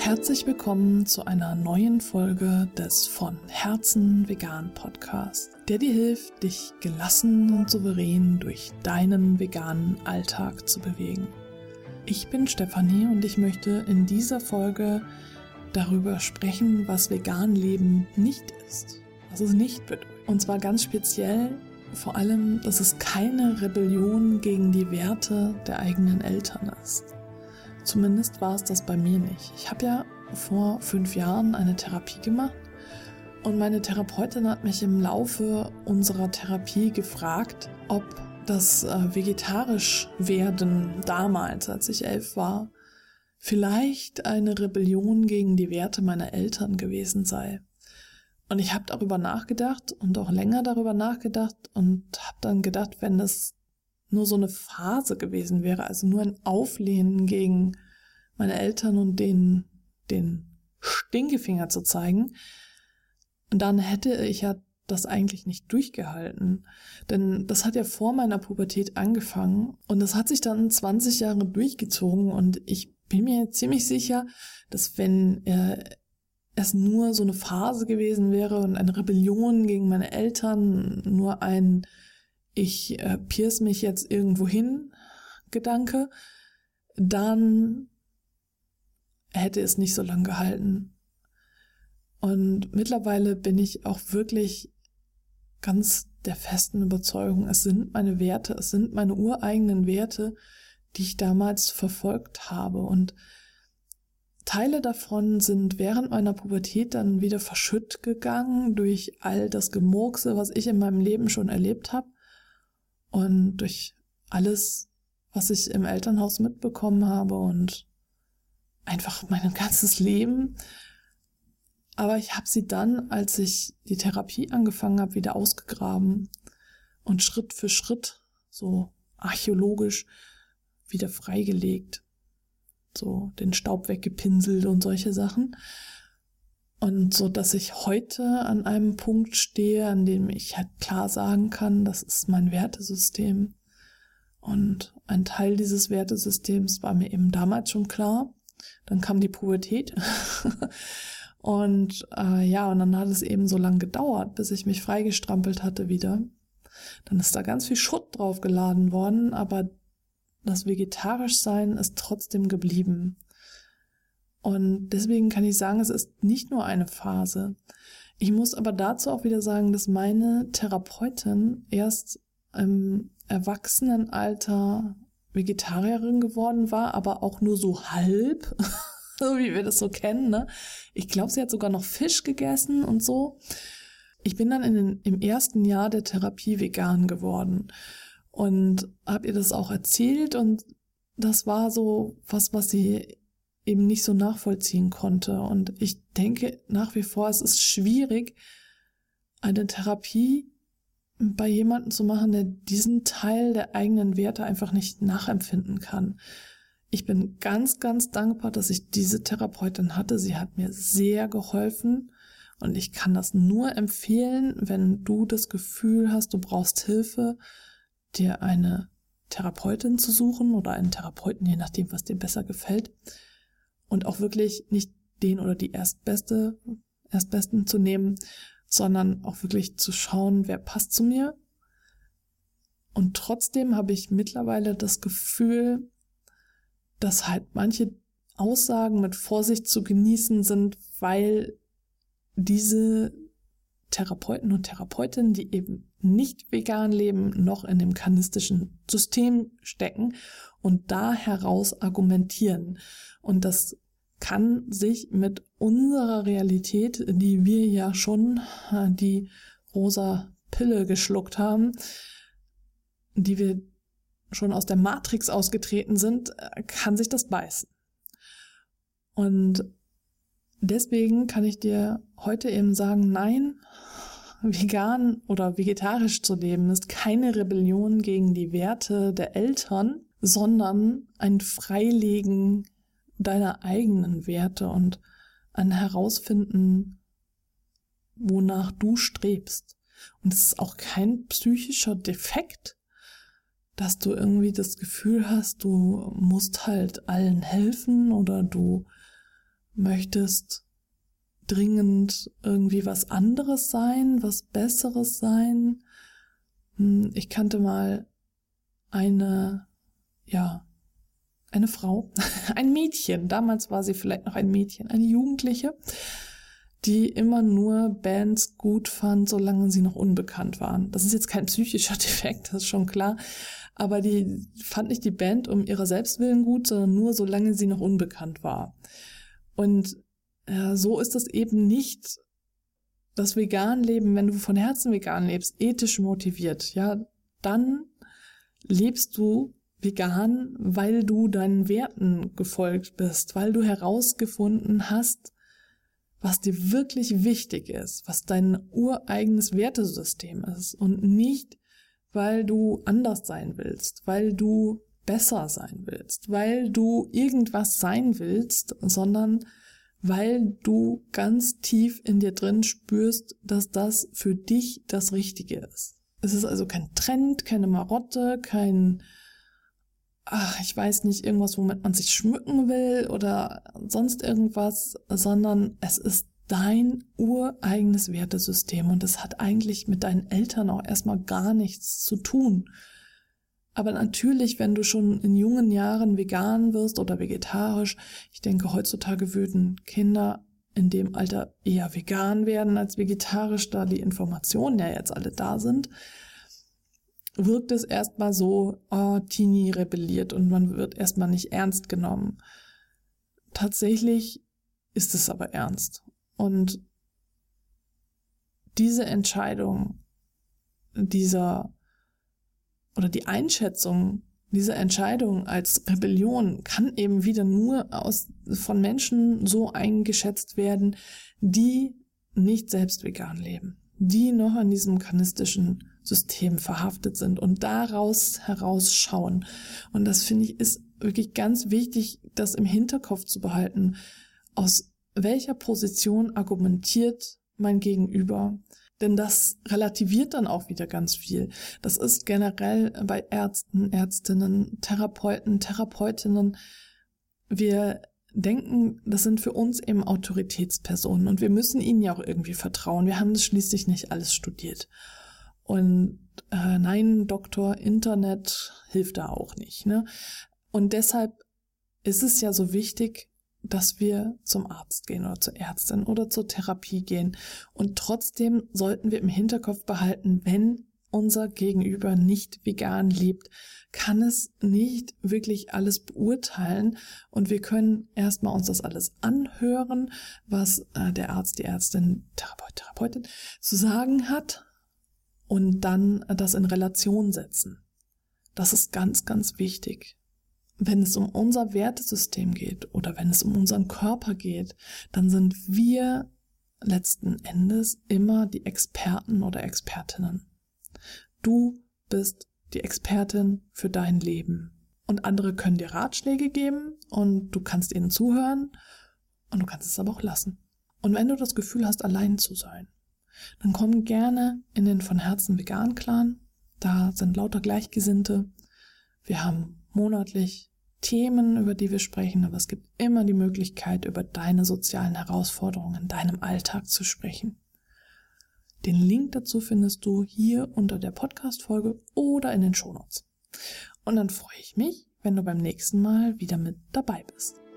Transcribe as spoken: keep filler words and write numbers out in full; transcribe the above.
Herzlich willkommen zu einer neuen Folge des von Herzen vegan Podcast, der dir hilft, dich gelassen und souverän durch deinen veganen Alltag zu bewegen. Ich bin Stefanie und ich möchte in dieser Folge darüber sprechen, was vegan Leben nicht ist, was es nicht bedeutet. Und zwar ganz speziell vor allem, dass es keine Rebellion gegen die Werte der eigenen Eltern ist. Zumindest war es das bei mir nicht. Ich habe ja vor fünf Jahren eine Therapie gemacht und meine Therapeutin hat mich im Laufe unserer Therapie gefragt, ob das äh, vegetarisch werden damals, als ich elf war, vielleicht eine Rebellion gegen die Werte meiner Eltern gewesen sei. Und ich habe darüber nachgedacht und auch länger darüber nachgedacht und habe dann gedacht, wenn das nur so eine Phase gewesen wäre, also nur ein Auflehnen gegen meine Eltern und denen den Stinkefinger zu zeigen, dann hätte ich ja das eigentlich nicht durchgehalten. Denn das hat ja vor meiner Pubertät angefangen und das hat sich dann zwanzig Jahre durchgezogen und ich bin mir ziemlich sicher, dass wenn äh, es nur so eine Phase gewesen wäre und eine Rebellion gegen meine Eltern, nur ein ich äh, pierce mich jetzt irgendwo hin Gedanke, dann hätte es nicht so lange gehalten. Und mittlerweile bin ich auch wirklich ganz der festen Überzeugung, es sind meine Werte, es sind meine ureigenen Werte, die ich damals verfolgt habe. Und Teile davon sind während meiner Pubertät dann wieder verschütt gegangen durch all das Gemurkse, was ich in meinem Leben schon erlebt habe und durch alles, was ich im Elternhaus mitbekommen habe und einfach mein ganzes Leben. Aber ich habe sie dann, als ich die Therapie angefangen habe, wieder ausgegraben und Schritt für Schritt, so archäologisch, wieder freigelegt. So den Staub weggepinselt und solche Sachen. Und so, dass ich heute an einem Punkt stehe, an dem ich halt klar sagen kann, das ist mein Wertesystem. Und ein Teil dieses Wertesystems war mir eben damals schon klar. Dann kam die Pubertät. und äh, ja, und dann hat es eben so lange gedauert, bis ich mich freigestrampelt hatte wieder. Dann ist da ganz viel Schutt drauf geladen worden, aber das Vegetarischsein ist trotzdem geblieben. Und deswegen kann ich sagen, es ist nicht nur eine Phase. Ich muss aber dazu auch wieder sagen, dass meine Therapeutin erst im Erwachsenenalter Vegetarierin geworden war, aber auch nur so halb, so wie wir das so kennen, ne? Ich glaube, sie hat sogar noch Fisch gegessen und so. Ich bin dann in den, im ersten Jahr der Therapie vegan geworden. Und habe ihr das auch erzählt und das war so was, was sie eben nicht so nachvollziehen konnte. Und ich denke nach wie vor, es ist schwierig, eine Therapie bei jemandem zu machen, der diesen Teil der eigenen Werte einfach nicht nachempfinden kann. Ich bin ganz, ganz dankbar, dass ich diese Therapeutin hatte. Sie hat mir sehr geholfen und ich kann das nur empfehlen, wenn du das Gefühl hast, du brauchst Hilfe, dir eine Therapeutin zu suchen oder einen Therapeuten, je nachdem, was dir besser gefällt. Und auch wirklich nicht den oder die Erstbeste, Erstbesten zu nehmen, sondern auch wirklich zu schauen, wer passt zu mir. Und trotzdem habe ich mittlerweile das Gefühl, dass halt manche Aussagen mit Vorsicht zu genießen sind, weil diese Therapeuten und Therapeutinnen, die eben nicht vegan leben, noch in dem karnistischen System stecken und da heraus argumentieren. Und das kann sich mit unserer Realität, die wir ja schon die rosa Pille geschluckt haben, die wir schon aus der Matrix ausgetreten sind, kann sich das beißen. Und deswegen kann ich dir heute eben sagen, nein, vegan oder vegetarisch zu leben ist keine Rebellion gegen die Werte der Eltern, sondern ein Freilegen deiner eigenen Werte und ein Herausfinden, wonach du strebst. Und es ist auch kein psychischer Defekt, dass du irgendwie das Gefühl hast, du musst halt allen helfen oder du möchtest dringend irgendwie was anderes sein, was Besseres sein. Ich kannte mal eine, ja, eine Frau, ein Mädchen, damals war sie vielleicht noch ein Mädchen, eine Jugendliche, die immer nur Bands gut fand, solange sie noch unbekannt waren. Das ist jetzt kein psychischer Defekt, das ist schon klar, aber die fand nicht die Band um ihrer Selbstwillen gut, sondern nur solange sie noch unbekannt war. Und ja, so ist das eben nicht das Veganleben, wenn du von Herzen vegan lebst, ethisch motiviert, ja, dann lebst du vegan, weil du deinen Werten gefolgt bist, weil du herausgefunden hast, was dir wirklich wichtig ist, was dein ureigenes Wertesystem ist und nicht, weil du anders sein willst, weil du besser sein willst, weil du irgendwas sein willst, sondern weil du ganz tief in dir drin spürst, dass das für dich das Richtige ist. Es ist also kein Trend, keine Marotte, kein, ach, ich weiß nicht, irgendwas, womit man sich schmücken will oder sonst irgendwas, sondern es ist dein ureigenes Wertesystem und es hat eigentlich mit deinen Eltern auch erstmal gar nichts zu tun. Aber natürlich, wenn du schon in jungen Jahren vegan wirst oder vegetarisch, ich denke, heutzutage würden Kinder in dem Alter eher vegan werden als vegetarisch, da die Informationen ja jetzt alle da sind, wirkt es erstmal so, oh, Teenie rebelliert und man wird erstmal nicht ernst genommen. Tatsächlich ist es aber ernst. Und diese Entscheidung, dieser oder die Einschätzung dieser Entscheidung als Rebellion kann eben wieder nur aus, von Menschen so eingeschätzt werden, die nicht selbst vegan leben, die noch in diesem kanistischen System verhaftet sind und daraus herausschauen. Und das, finde ich, ist wirklich ganz wichtig, das im Hinterkopf zu behalten. Aus welcher Position argumentiert mein Gegenüber? Denn das relativiert dann auch wieder ganz viel. Das ist generell bei Ärzten, Ärztinnen, Therapeuten, Therapeutinnen. Wir denken, das sind für uns eben Autoritätspersonen und wir müssen ihnen ja auch irgendwie vertrauen. Wir haben das schließlich nicht alles studiert. Und äh, nein, Doktor, Internet hilft da auch nicht, ne? Und deshalb ist es ja so wichtig, dass wir zum Arzt gehen oder zur Ärztin oder zur Therapie gehen. Und trotzdem sollten wir im Hinterkopf behalten, wenn unser Gegenüber nicht vegan lebt, kann es nicht wirklich alles beurteilen. Und wir können erstmal uns das alles anhören, was äh, der Arzt, die Ärztin, Therapeut, Therapeutin zu sagen hat und dann äh, das in Relation setzen. Das ist ganz, ganz wichtig. Wenn es um unser Wertesystem geht oder wenn es um unseren Körper geht, dann sind wir letzten Endes immer die Experten oder Expertinnen. Du bist die Expertin für dein Leben. Und andere können dir Ratschläge geben und du kannst ihnen zuhören und du kannst es aber auch lassen. Und wenn du das Gefühl hast, allein zu sein, dann komm gerne in den von Herzen vegan Clan. Da sind lauter Gleichgesinnte. Wir haben monatlich Themen, über die wir sprechen, aber es gibt immer die Möglichkeit, über deine sozialen Herausforderungen in deinem Alltag zu sprechen. Den Link dazu findest du hier unter der Podcast-Folge oder in den Shownotes. Und dann freue ich mich, wenn du beim nächsten Mal wieder mit dabei bist.